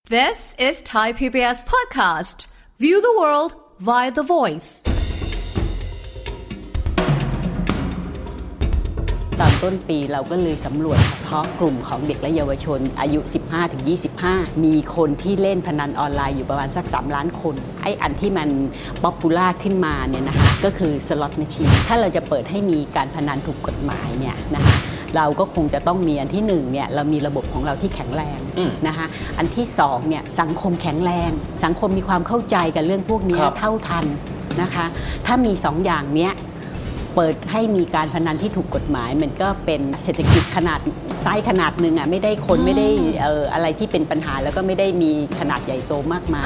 This is Thai PBS podcast. View the world via the voice. ตอนต้นปีเราก็เลยสำรวจเฉพาะกลุ่มของเด็กและเยาวชนอายุ 15-25 มีคนที่เล่นพนันออนไลน์อยู่ประมาณสัก 3 ล้านคนไอ้อันที่มันป๊อปปูล่าขึ้นมาเนี่ยนะคะก็คือสล็อตแมชชีนถ้าเราจะเปิดให้มีการพนันถูกกฎหมายเนี่ยนะคะเราก็คงจะต้องมีอันที่1เนี่ยเรามีระบบของเราที่แข็งแรงนะคะอันที่2เนี่ยสังคมแข็งแรงสังคมมีความเข้าใจกับเรื่องพวกนี้เท่าทันนะคะถ้ามี2อย่างเนี้ยเปิดให้มีการพนันที่ถูกกฎหมายมันก็เป็นเศรษฐกิจขนาดไซส์ขนาดหนึ่งอ่ะไม่ได้คนไม่ได้อะไรที่เป็นปัญหาแล้วก็ไม่ได้มีขนาดใหญ่โตมากมาย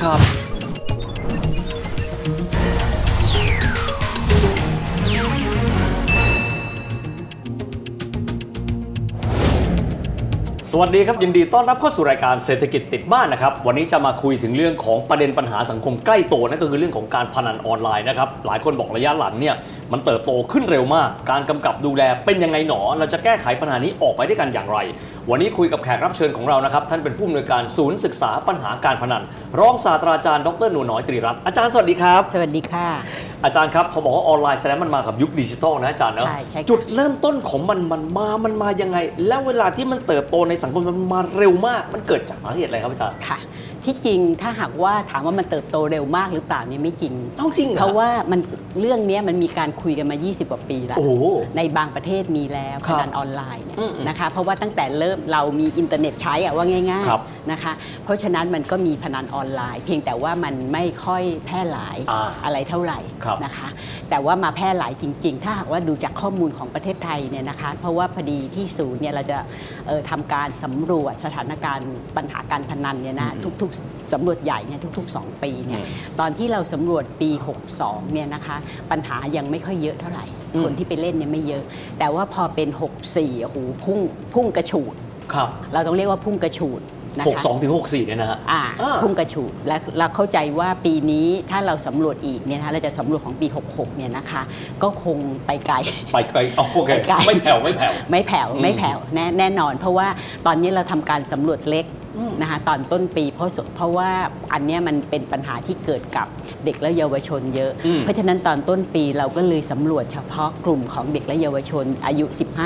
สวัสดีครับยินดีต้อนรับเข้าสู่รายการเศรษฐกิจติดบ้านนะครับวันนี้จะมาคุยถึงเรื่องของประเด็นปัญหาสังคมใกล้ตัวนั่นก็คือเรื่องของการพนันออนไลน์นะครับหลายคนบอกระยะหลังเนี่ยมันเติบโตขึ้นเร็วมากการกำกับดูแลเป็นยังไงหนอเราจะแก้ไขปัญหานี้ออกไปได้กันอย่างไรวันนี้คุยกับแขกรับเชิญของเรานะครับท่านเป็นผู้อำนวยการศูนย์ศึกษาปัญหาการพนันรองศาสตราจารย์ดร.หนูน้อยตรีรัตน์อาจารย์สวัสดีครับสวัสดีค่ะอาจารย์ครับพอบอกว่าออนไลน์แสดงมันมากับยุคดิจิทัลนะอาจารย์เนอะจุดเริ่มต้นของมันมายังไงแล้วเวลาที่มันเติบโตในสังคมมันมาเร็วมากมันเกิดจากสาเหตุอะไรครับอาจารย์ค่ะที่จริงถ้าหากว่าถามว่ามันเติบโตเร็วมากหรือเปล่านี่ไม่จริงจริงเพราะว่ามันเรื่องนี้มันมีการคุยกันมา20กว่าปีแล้วในบางประเทศมีแล้วพนันออนไลน์เนี่ยนะคะเพราะว่าตั้งแต่เริ่มเรามีอินเทอร์เน็ตใช้ว่าง่ายๆนะคะเพราะฉะนั้นมันก็มีพนันออนไลน์เพียงแต่ว่ามันไม่ค่อยแพร่หลายอะไรเท่าไหร่นะคะแต่ว่ามาแพร่หลายจริงๆถ้าหากว่าดูจากข้อมูลของประเทศไทยเนี่ยนะคะเพราะว่าพอดีที่ศูนย์เนี่ยเราจะทำการสำรวจสถานการณ์ปัญหาการพนันเนี่ยนะทุกๆสำรวจใหญ่เนี่ยทุกๆ2ปีเนี่ยตอนที่เราสำรวจปี62เนี่ยนะคะปัญหายังไม่ค่อยเยอะเท่าไหร่คนที่ไปเล่นเนี่ยไม่เยอะแต่ว่าพอเป็น64โอ้โหพุ่งกระฉูดเราต้องเรียกว่าพุ่งกระฉูด 62ถึง64เนี่ยนะฮะพุ่งกระฉูดและเราเข้าใจว่าปีนี้ถ้าเราสำรวจอีกเนี่ยนะคะเราจะสำรวจของปี66เนี่ยนะคะก็คงไปไกลโอเคไม่แผ่วแน่นอนเพราะว่าตอนนี้เราทำการสำรวจเล็กนะคะตอนต้นปีเพราะว่าอันนี้มันเป็นปัญหาที่เกิดกับเด็กและเยาวชนเยอะเพราะฉะนั้นตอนต้นปีเราก็เลยสำรวจเฉพาะกลุ่มของเด็กและเยาวชนอายุ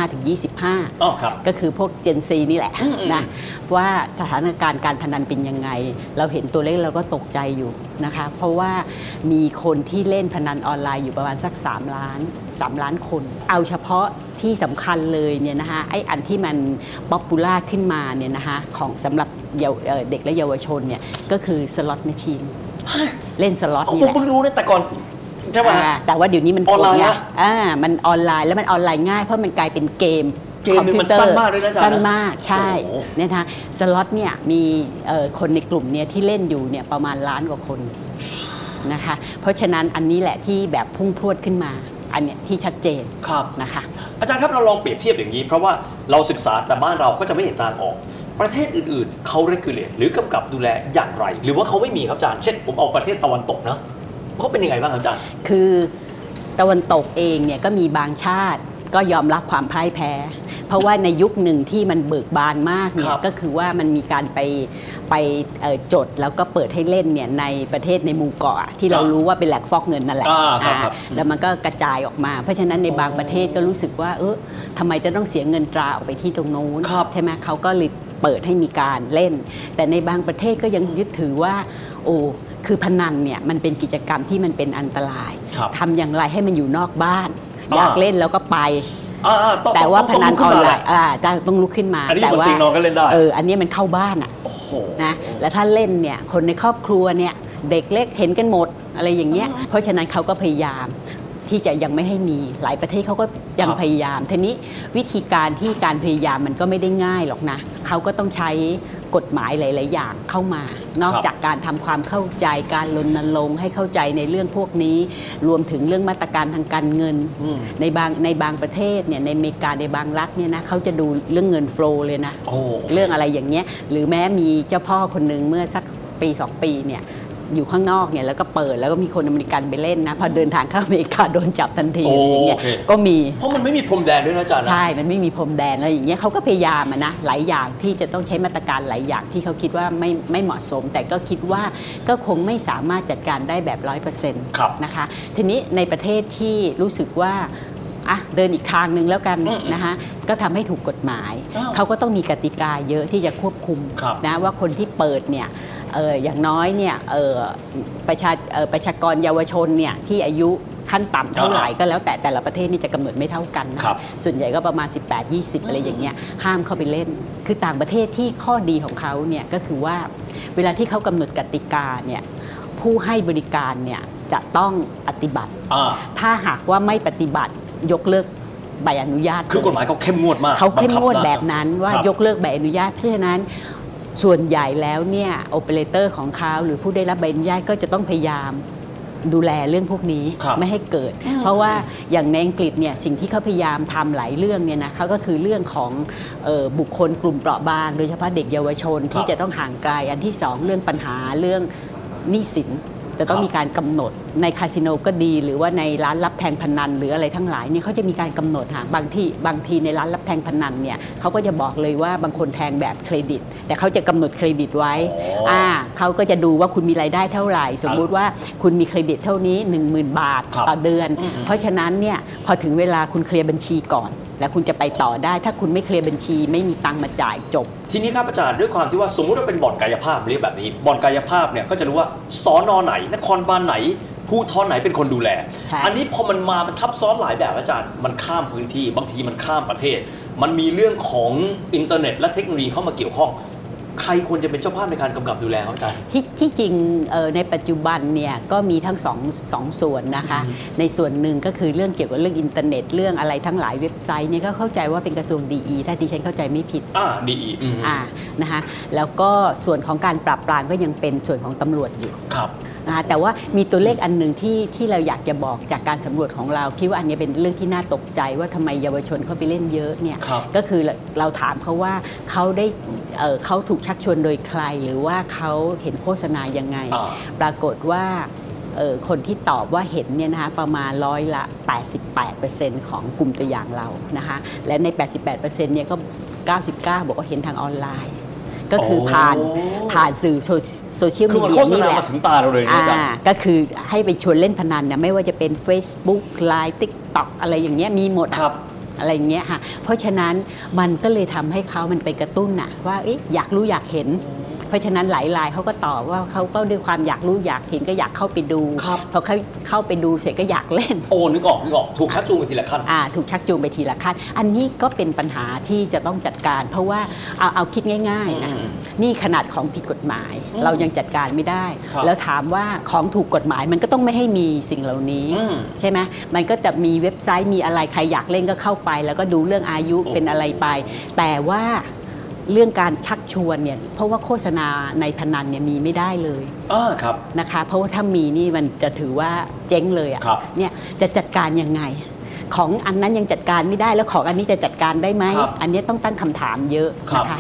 15-25 ก็คือพวก Gen Z นี่แหละนะว่าสถานการณ์การพนันเป็นยังไงเราเห็นตัวเลขเราก็ตกใจอยู่นะคะเพราะว่ามีคนที่เล่นพนันออนไลน์อยู่ประมาณสัก3 ล้านคนเอาเฉพาะที่สำคัญเลยเนี่ยนะคะไอ้อันที่มันป๊อปปูล่าขึ้นมาเนี่ยนะคะของสำหรับเด็กและเยาวชนเนี่ยก็คือสล็อตแมชชีนเล่นสล็อตนี่แหละผมเพิ่งรู้นะแต่ก่อนใช่ป่ะแต่ว่าเดี๋ยวนี้มันออนไลน์มันออนไลน์แล้วมันออนไลน์ง่ายเพราะมันกลายเป็นเกมคอมพิวเตอร์สั้นมากด้วยนะจ๊ะสั้นมากใช่เนี่ยนะคะสล็อตเนี่ยมีคนในกลุ่มเนี่ยที่เล่นอยู่เนี่ยประมาณล้านกว่าคนนะคะเพราะฉะนั้นอันนี้แหละที่แบบพุ่งพรวดขึ้นมาอันเนี้ยที่ชัดเจนนะคะอาจารย์ครับเราลองเปรียบเทียบอย่างนี้เพราะว่าเราศึกษาแต่บ้านเราก็จะไม่เห็นทางออกประเทศอื่นๆเขาเรกูเลตหรือกำกับดูแลอย่างไรหรือว่าเขาไม่มีครับอาจารย์เช่นผมเอาประเทศตะวันตกนะเขาเป็นยังไงบ้างครับอาจารย์คือตะวันตกเองเนี่ยก็มีบางชาติก็ยอมรับความพ่ายแพ้เพราะว่าในยุคหนึ่งที่มันเบิกบานมากเนี่ยก็คือว่ามันมีการไปจดแล้วก็เปิดให้เล่นเนี่ยในประเทศในหมู่เกาะที่เรารู้ว่าเป็นแหล่งฟอกเงินนั่นแหละแล้วมันก็กระจายออกมาเพราะฉะนั้นในบางประเทศก็รู้สึกว่าทำไมจะต้องเสียเงินตราออกไปที่ตรงโน้นใช่ไหมเขาก็เลยเปิดให้มีการเล่นแต่ในบางประเทศก็ยังยึดถือว่าคือพนันเนี่ยมันเป็นกิจกรรมที่มันเป็นอันตรายทำอย่างไรให้มันอยู่นอกบ้านอยากเล่นแล้วก็ไปแต่ว่าพนันออนไลน์จะต้องลุกขึ้นมาแต่ว่าอันนี้มันเข้าบ้านนะแล้วถ้าเล่นเนี่ยคนในครอบครัวเนี่ยเด็กเล็กเห็นกันหมดอะไรอย่างเงี้ยเพราะฉะนั้นเขาก็พยายามที่จะยังไม่ให้มีหลายประเทศเขาก็ยังพยายามทีนี้วิธีการที่การพยายามมันก็ไม่ได้ง่ายหรอกนะเขาก็ต้องใช้กฎหมายหลายๆอย่างเข้ามานอกจากการทำความเข้าใจการรณรงค์ให้เข้าใจในเรื่องพวกนี้รวมถึงเรื่องมาตรการทางการเงินในบางประเทศเนี่ยในอเมริกาในบางรัฐเนี่ยนะเขาจะดูเรื่องเงินโฟลว์เลยนะเรื่องอะไรอย่างเงี้ยหรือแม้มีเจ้าพ่อคนหนึ่งเมื่อสักปี2 ปีเนี่ยอยู่ข้างนอกเนี่ยแล้วก็เปิดแล้วก็มีคนอเมริกันไปเล่นนะพอเดินทางเข้าอเมริกาโดนจับทันทีอะไรอย่างเงี้ยก็มีเพราะมันไม่มีพรมแดนด้วยนะอาจารย์ใช่มันไม่มีพรมแดนอะไรอย่างเงี้ยเขาก็พยายามนะหลายอย่างที่จะต้องใช้มาตรการหลายอย่างที่เขาคิดว่าไม่เหมาะสมแต่ก็คิดว่าก็คงไม่สามารถจัดการได้แบบ 100% นะคะทีนี้ในประเทศที่รู้สึกว่าเดินอีกทางนึงแล้วกันนะคะก็ทำให้ถูกกฎหมายเขาก็ต้องมีกติกาเยอะที่จะควบคุมนะว่าคนที่เปิดเนี่ยอย่างน้อยเนี่ยประชากรเยาวชนเนี่ยที่อายุขั้นต่ำเท่าไหร่ก็แล้วแต่ละประเทศนี่จะกำหนดไม่เท่ากันนะส่วนใหญ่ก็ประมาณ 18-20 อะไรอย่างเงี้ยห้ามเข้าไปเล่นคือต่างประเทศที่ข้อดีของเขาเนี่ยก็คือว่าเวลาที่เขากำหนดกติกาเนี่ยผู้ให้บริการเนี่ยจะต้องปฏิบัติถ้าหากว่าไม่ปฏิบัติยกเลิกใบอนุญาตคือกฎหมายเขาเข้มงวดมากเขาเข้มงวดแบบนั้นว่ายกเลิกใบอนุญาตเพราะฉะนั้นส่วนใหญ่แล้วเนี่ยโอเปอเรเตอร์ของเขาหรือผู้ได้รับใบอนุญาตก็จะต้องพยายามดูแลเรื่องพวกนี้ไม่ให้เกิดเพราะว่าอย่างในอังกฤษเนี่ยสิ่งที่เขาพยายามทำหลายเรื่องเนี่ยนะเขาก็คือเรื่องของบุคคลกลุ่มเปราะบางโดยเฉพาะเด็กเยาวชนที่จะต้องห่างไกลอันที่2เรื่องปัญหาเรื่องหนี้สินจะต้องมีการกำหนดในคาสิโนก็ดีหรือว่าในร้านรับแทงพนันหรืออะไรทั้งหลายเนี่ยเขาจะมีการกำหนดบางทีในร้านรับแทงพนันเนี่ยเขาก็จะบอกเลยว่าบางคนแทงแบบเครดิตแต่เขาจะกำหนดเครดิตไว้เขาก็จะดูว่าคุณมีรายได้เท่าไหร่สมมุติว่าคุณมีเครดิตเท่านี้ 10,000 บาทต่อเดือนเพราะฉะนั้นเนี่ยพอถึงเวลาคุณเคลียร์บัญชีก่อนแล้วคุณจะไปต่อได้ถ้าคุณไม่เคลียร์บัญชีไม่มีตังค์มาจ่ายจบทีนี้ครับอาจารย์ด้วยความที่ว่าสมมุติว่าเป็นบ่อนกายภาพเรียกแบบนี้บ่อนกายภาพเนี่ยก็จะรู้ว่าสน.ไหนนครบาลไหนภูธรไหนเป็นคนดูแลอันนี้พอมันมามันทับซ้อนหลายแบบอาจารย์มันข้ามพื้นที่บางทีมันข้ามประเทศมันมีเรื่องของอินเทอร์เน็ตและเทคโนโลยีเข้ามาเกี่ยวข้องใครควรจะเป็นเจ้าภาพในการกำกับดูแลครับอาจารย์ที่จริงในปัจจุบันเนี่ยก็มีทั้งสองส่วนนะคะในส่วนหนึ่งก็คือเรื่องเกี่ยวกับเรื่องอินเทอร์เน็ตเรื่องอะไรทั้งหลายเว็บไซต์เนี่ยก็เข้าใจว่าเป็นกระทรวงดีถ้าดิฉันเข้าใจไม่ผิดดีนะคะแล้วก็ส่วนของการปราบปรามก็ยังเป็นส่วนของตำรวจอยู่ครับแต่ว่ามีตัวเลขอันหนึ่งที่เราอยากจะบอกจากการสำรวจของเราคิดว่าอันนี้เป็นเรื่องที่น่าตกใจว่าทำไมเยาวชนเขาไปเล่นเยอะเนี่ยก็คือเราถามเขาว่าเขาถูกชักชวนโดยใครหรือว่าเขาเห็นโฆษณายังไงปรากฏว่าคนที่ตอบว่าเห็นเนี่ยนะคะประมาณ88% ของกลุ่มตัวอย่างเรานะคะและใน 88% เนี่ยก็ 99 บอกว่าเห็นทางออนไลน์ก็คือผ่านสื่อโซเชียลมีเดียนี่แหละถึงตาเราเลยก็คือให้ไปชวนเล่นพนันนะไม่ว่าจะเป็น Facebook Line TikTok อะไรอย่างเงี้ยมีหมดอะไรอย่างเงี้ยค่ะเพราะฉะนั้นมันก็เลยทำให้เขามันไปกระตุ้นน่ะว่าอยากรู้อยากเห็นเพราะฉะนั้นหลายรายเขาก็ตอบว่าเขาก็ด้วยความอยากรู้อยากเห็นก็อยากเข้าไปดูพอเข้าไปดูเสร็จก็อยากเล่นนึกออกถูกชักจูงไปทีละขั้นถูกชักจูงไปทีละขั้นอันนี้ก็เป็นปัญหาที่จะต้องจัดการเพราะว่าเอาคิดง่ายๆนะนี่ขนาดของผิดกฎหมายเรายังจัดการไม่ได้แล้วถามว่าของถูกกฎหมายมันก็ต้องไม่ให้มีสิ่งเหล่านี้ใช่ไหมมันก็จะมีเว็บไซต์มีอะไรใครอยากเล่นก็เข้าไปแล้วก็ดูเรื่องอายุเป็นอะไรไปแต่ว่าเรื่องการชักชวนเนี่ยเพราะว่าโฆษณาในพนันเนี่ยมีไม่ได้เลยครับนะคะเพราะว่าถ้ามีนี่มันจะถือว่าเจ๊งเลยเนี่ยจะจัดการยังไงของอันนั้นยังจัดการไม่ได้แล้วของอันนี้จะจัดการได้ไหมอันนี้ต้องตั้งคำถามเยอะนะคะ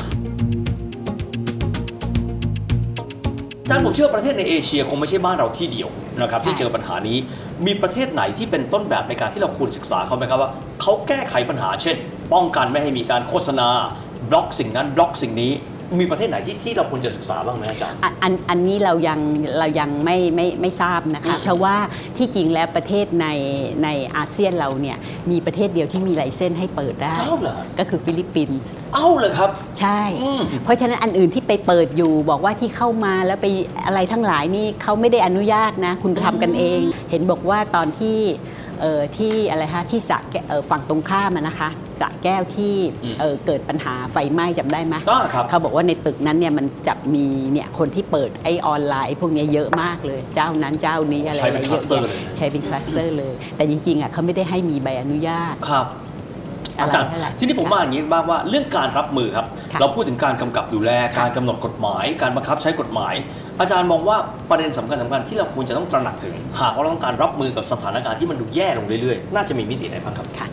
อาจารย์ผมเชื่อประเทศในเอเชียคงไม่ใช่บ้านเราที่เดียวนะครับที่เจอปัญหานี้มีประเทศไหนที่เป็นต้นแบบในการที่เราควรศึกษาเขาไหมครับว่าเขาแก้ไขปัญหาเช่นป้องกันไม่ให้มีการโฆษณาบล็อกสิ่งนั้นบล็อกสิ่งนี้มีประเทศไหนที่เราควรจะศึกษาบ้างไหมอาจารย์อันนี้เรายังไม่ทราบนะคะเพราะว่าที่จริงแล้วประเทศในอาเซียนเราเนี่ยมีประเทศเดียวที่มีไลเซนส์ให้เปิดได้ก็คือฟิลิปปินส์เลยครับใช่เพราะฉะนั้นอันอื่นที่ไปเปิดอยู่บอกว่าที่เข้ามาแล้วไปอะไรทั้งหลายนี่เขาไม่ได้อนุญาตนะคุณทำกันเองเห็นบอกว่าตอนที่อะไรฮะที่สระฝั่งตรงข้ามนะคะสระแก้วที่เกิดปัญหาไฟไหม้จำได้ไหมเขาบอกว่าในตึกนั้นเนี่ยมันจะมีเนี่ยคนที่เปิดไอออนไลน์พวกนี้เยอะมากเลยเจ้านั้นเจ้านี้อะไรเยอะใช้เป็นคลัสเตอร์เลยแต่จริงๆเขาไม่ได้ให้มีใบอนุญาตครับอาจารย์ที่นี่ผมมาอย่างนี้บ้างว่าเรื่องการรับมือครับเราพูดถึงการกำกับดูแลการกำหนดกฎหมายการบังคับใช้กฎหมายอาจารย์มองว่าประเด็นสำคัญที่เราควรจะต้องตระหนักถึงหากว่าเราต้องการรับมือกับสถานการณ์ที่มันดูแย่ลงเรื่อยๆน่าจะมีมิติไหนบ้างครับค่ะ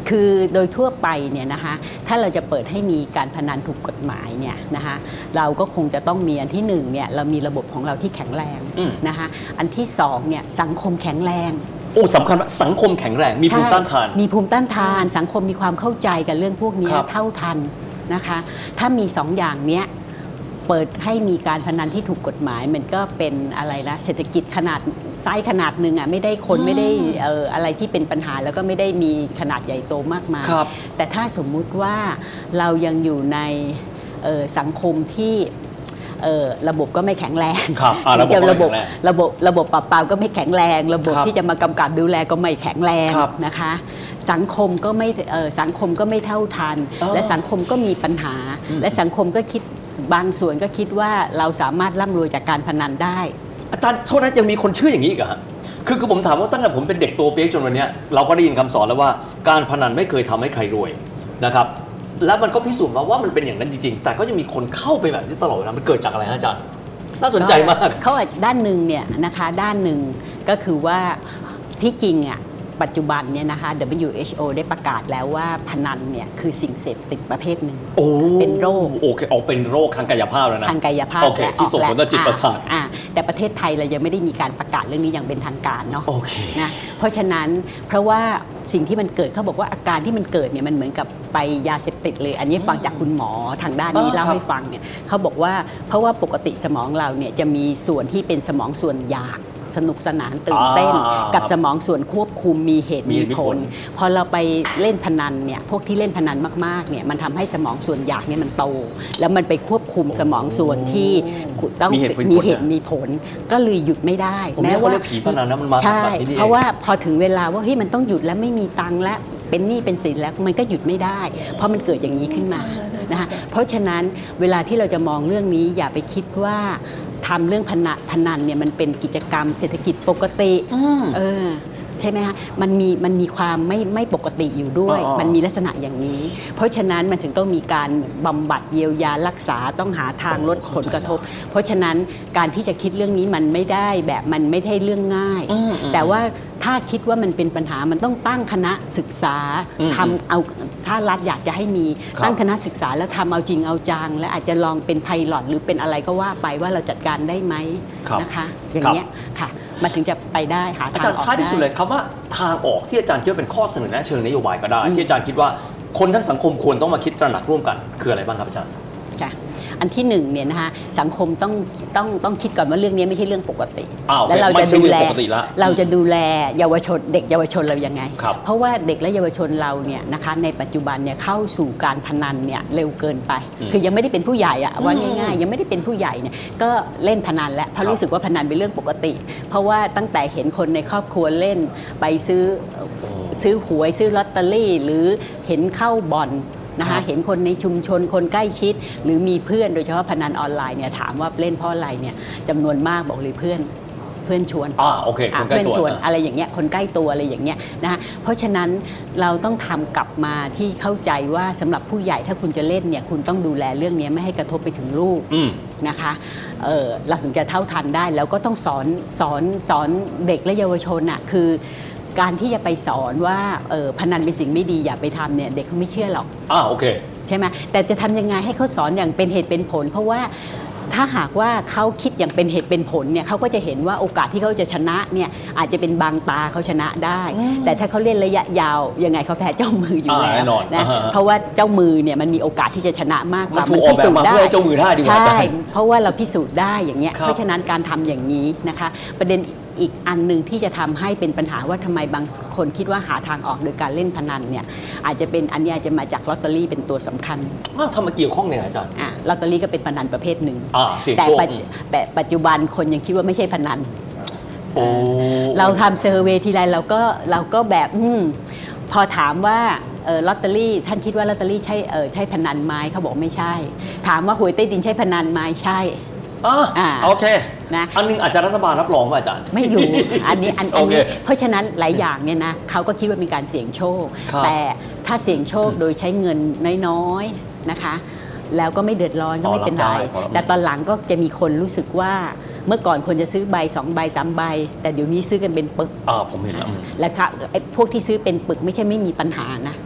คือโดยทั่วไปเนี่ยนะคะถ้าเราจะเปิดให้มีการพนันถูกกฎหมายเนี่ยนะคะเราก็คงจะต้องมีอันที่1เนี่ยเรามีระบบของเราที่แข็งแรงนะคะอันที่2เนี่ยสังคมแข็งแรงสำคัญว่าสังคมแข็งแรงมีภูมิต้านทานมีภูมิต้านทานสังคมมีความเข้าใจกับเรื่องพวกนี้เท่าทันนะคะถ้ามี2อย่างเนี้ยเปิดให้มีการพนันที่ถูกกฎหมายมันก็เป็นอะไรนะเศรษฐกิจขนาดไซส์ขนาดหนึ่งอ่ะไม่ได้คนไม่ได้อะไรที่เป็นปัญหาแล้วก็ไม่ได้มีขนาดใหญ่โตมากมายแต่ถ้าสมมุติว่าเรายังอยู่ในสังคมที่ระบบก็ไม่แข็งแรงระบบปราบปรามก็ไม่แข็งแรงระบบที่จะมากำกับดูแลก็ไม่แข็งแรงนะคะสังคมก็ไม่เท่าทันและสังคมก็มีปัญหาและสังคมก็คิดบางส่วนก็คิดว่าเราสามารถร่ำรวยจากการพนันได้อาจารย์โทษนะยังมีคนเชื่ออย่างนี้อีกเหรอคือผมถามว่าตั้งแต่ผมเป็นเด็กตัวเปี๊ยกจนวันนี้เราก็ได้ยินคำสอนแล้วว่าการพนันไม่เคยทำให้ใครรวยนะครับแล้วมันก็พิสูจน์มาว่ามันเป็นอย่างนั้นจริงๆแต่ก็ยังมีคนเข้าไปแบบนี้ตลอดเวลามันเกิดจากอะไรอาจารย์น่าสนใจมากเขาด้านหนึ่งเนี่ยนะคะด้านหนึ่งก็คือว่าที่จริงอ่ะปัจจุบันเนี่ยนะคะ WHO ได้ประกาศแล้วว่าพนันเนี่ยคือสิ่งเสพติดประเภทหนึ่งเป็นโรคโอเคเป็นโรคทางกายภาพแล้วนะทางกายภาพที่ส่งผลต่อจิตประสาทแต่ประเทศไทยเรายังไม่ได้มีการประกาศเรื่องนี้อย่างเป็นทางการเนาะนะเพราะฉะนั้นเพราะว่าสิ่งที่มันเกิดเขาบอกว่าอาการที่มันเกิดเนี่ยมันเหมือนกับไปยาเสพติดเลยอันนี้ฟังจากคุณหมอทางด้านนี้เล่าให้ฟังเนี่ยเขาบอกว่าเพราะว่าปกติสมองเราเนี่ยจะมีส่วนที่เป็นสมองส่วนอยากสนุกสนานตื่นเต้นกับสมองส่วนควบคุมมีเหตุมีผลพอเราไปเล่นพนันเนี่ยพวกที่เล่นพนันมากๆเนี่ยมันทำให้สมองส่วนอยากเนี่ยมันโตแล้วมันไปควบคุมสมองส่วนที่ต้องมีเหตุมีผลก็เลยหยุดไม่ได้แม้ว่าผีพนันนะมันมาใช่เพราะว่าพอถึงเวลาว่าเฮ้ยมันต้องหยุดแล้วไม่มีตังค์แล้วเป็นหนี้เป็นสินแล้วมันก็หยุดไม่ได้เพราะมันเกิดอย่างนี้ขึ้นมานะคะเพราะฉะนั้นเวลาที่เราจะมองเรื่องนี้อย่าไปคิดว่าทำเรื่องพนันเนี่ยมันเป็นกิจกรรมเศรษฐกิจปกติใช่ไหมคะมันมีความไม่ปกติอยู่ด้วยมันมีลักษณะอย่างนี้เพราะฉะนั้นมันถึงต้องมีการบำบัดเยียวยารักษาต้องหาทางลดผลกระทบเพราะฉะนั้นการที่จะคิดเรื่องนี้มันไม่ได้แบบมันไม่ใช่เรื่องง่ายแต่ว่าถ้าคิดว่ามันเป็นปัญหามันต้องตั้งคณะศึกษาทำเอาถ้ารัฐอยากจะให้มีตั้งคณะศึกษาแล้วทำเอาจริงเอาจังและอาจจะลองเป็นไพลอตหรือเป็นอะไรก็ว่าไปว่าเราจัดการได้ไหมนะคะอย่างเงี้ยค่ะมันถึงจะไปได้หาทางออกได้อาจารย์ท้ายที่สุดเลยคำว่าทางออกที่อาจารย์คิดว่าเป็นข้อเสนอแนะเชิงนโยบายก็ได้ที่อาจารย์คิดว่าคนทั้งสังคมควรต้องมาคิดตระหนักร่วมกันคืออะไรบ้างครับอาจารย์ค่ะอันที่1เนี่ยนะคะสังคมต้องคิดก่อนว่าเรื่องนี้ไม่ใช่เรื่องปกติแล้วเราจะดูแลเยาวชนเด็กเยาวชนเรายังไงเพราะว่าเด็กและเยาวชนเราเนี่ยนะคะในปัจจุบันเนี่ยเข้าสู่การพนันเนี่ยเร็วเกินไปคือยังไม่ได้เป็นผู้ใหญ่อะว่าง่ายๆยังไม่ได้เป็นผู้ใหญ่เนี่ยก็เล่นพนันแล้วเพราะรู้สึกว่าพนันเป็นเรื่องปกติเพราะว่าตั้งแต่เห็นคนในครอบครัวเล่นไปซื้อหวยซื้อลอตเตอรี่หรือเห็นเข้าบ่อนนะคะเห็นคนในชุมชนคนใกล้ชิดหรือมีเพื่อนโดยเฉพาะพนันออนไลน์เนี่ยถามว่าเล่นเพราะอะไรเนี่ยจำนวนมากบอกเลยเพื่อนชวนโอเคเพื่อนชวนอะไรอย่างเงี้ยคนใกล้ตัวอะไรอย่างเงี้ยนะคะเพราะฉะนั้นเราต้องทำกลับมาที่เข้าใจว่าสำหรับผู้ใหญ่ถ้าคุณจะเล่นเนี่ยคุณต้องดูแลเรื่องนี้ไม่ให้กระทบไปถึงลูกนะคะเราถึงจะเท่าทันได้แล้วก็ต้องสอนเด็กและเยาวชนอ่ะคือการที่จะไปสอนว่าพนันเป็นสิ่งไม่ดีอย่าไปทำเนี่ยเด็กเขาไม่เชื่อหรอกโอเคใช่ไหมแต่จะทำยังไงให้เขาสอนอย่างเป็นเหตุเป็นผลเพราะว่าถ้าหากว่าเขาคิดอย่างเป็นเหตุเป็นผลเนี่ยเขาก็จะเห็นว่าโอกาสที่เขาจะชนะเนี่ยอาจจะเป็นบางตาเขาชนะได้แต่ถ้าเขาเล่นระยะยาวยังไงเขาแพ้เจ้ามืออยู่แล้วนะเพราะว่าเจ้ามือเนี่ยมันมีโอกาสที่จะชนะมากกว่ามันพิสูจน์ได้เจ้ามือได้ดีกว่าใช่เพราะว่าเราพิสูจน์ได้อย่างเงี้ยเพราะฉะนั้นการทำอย่างนี้นะคะประเด็นอีกอันหนึ่งที่จะทำให้เป็นปัญหาว่าทำไมบางคนคิดว่าหาทางออกโดยการเล่นพนันเนี่ยอาจจะเป็นอันนี้อาจจะมาจากลอตเตอรี่เป็นตัวสำคัญทำมาเกี่ยวข้องเนี่ยอาจารย์ลอตเตอรี่ก็เป็นพนันประเภทหนึ่งแต่ปัจจุบันคนยังคิดว่าไม่ใช่พนันเราทำเซอร์เวย์ทีไรเราก็แบบพอถามว่าลอตเตอรี่ท่านคิดว่าลอตเตอรี่ใช่พนันไหมเขาบอกไม่ใช่ถามว่าหวยใต้ดินใช่พนันไหมใช่โอเคนะอันนึงอาจจะรัฐบาลรับรองป่ะอาจารย์ไม่รู้อันนี้เพราะฉะนั้นหลายอย่างเนี่ยนะเขาก็คิดว่าเป็นการเสี่ยงโชคแต่ถ้าเสี่ยงโชคโดยใช้เงินน้อยๆนะคะแล้วก็ไม่เดือดร้อนก็ไม่เป็นไรแต่ตอนหลังก็จะมีคนรู้สึกว่าเมื่อก่อนคนจะซื้อใบ2ใบ3ใบแต่เดี๋ยวนี้ซื้อกันเป็นปึกผมเห็นแล้วและค่ะพวกที่ซื้อเป็นปึกไม่ใช่ไม่มีปัญหานะ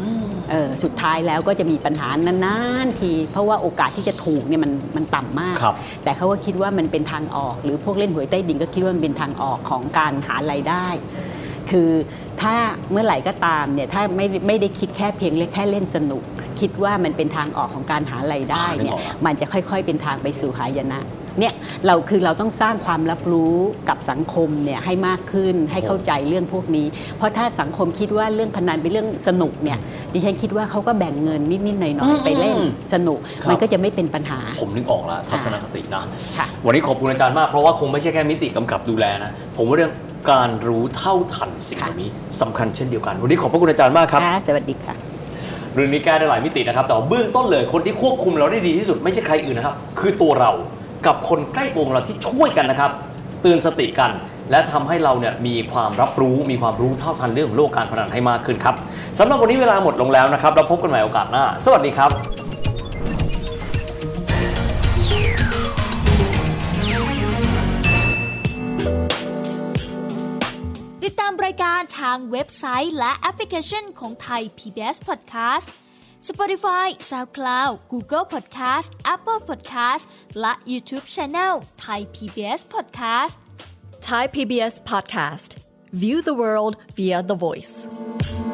สุดท้ายแล้วก็จะมีปัญหานานๆทีเพราะว่าโอกาสที่จะถูกเนี่ยมันต่ำมากแต่เขาก็คิดว่ามันเป็นทางออกหรือพวกเล่นหวยใต้ดินก็คิดว่ามันเป็นทางออกของการหารายได้คือถ้าเมื่อไหร่ก็ตามเนี่ยถ้าไม่ได้คิดแค่เพียงแค่เล่นสนุกคิดว่ามันเป็นทางออกของการหารายได้เนี่ยมันจะค่อยๆเป็นทางไปสู่หายนะเนี่ยเราต้องสร้างความรับรู้กับสังคมเนี่ยให้มากขึ้นให้เข้าใจเรื่องพวกนี้เพราะถ้าสังคมคิดว่าเรื่องพนันเป็นเรื่องสนุกเนี่ยดิฉันคิดว่าเขาก็แบ่งเงินนิดๆหน่อยๆไปเล่นสนุกมันก็จะไม่เป็นปัญหาผมนึกออกแล้วทัศนคตินะวันนี้ขอบคุณอาจารย์มากเพราะว่าคงไม่ใช่แค่มิติกำกับดูแลนะผมว่าเรื่องการรู้เท่าทันสิ่งเหล่านี้สำคัญเช่นเดียวกันวันนี้ขอบพระคุณอาจารย์มากครับสวัสดีค่ะเรื่องนี้แก้ได้หลายมิตินะครับแต่เบื้องต้นเลยคนที่ควบคุมเราได้ดีที่สุดไม่ใช่ใครอื่นนะครับคือตัวเรากับคนใกล้ตัวเราที่ช่วยกันนะครับเตือนสติกันและทำให้เราเนี่ยมีความรับรู้มีความรู้เท่าทันเรื่องของโลกการพนันให้มากขึ้นครับสำหรับวันนี้เวลาหมดลงแล้วนะครับเราพบกันใหม่โอกาสหน้าสวัสดีครับติดตามรายการทางเว็บไซต์และแอปพลิเคชันของไทย PBS Podcast Spotify, SoundCloud, Google Podcast, Apple Podcast และ YouTube Channel Thai PBS Podcast Thai PBS Podcast View the world via the voice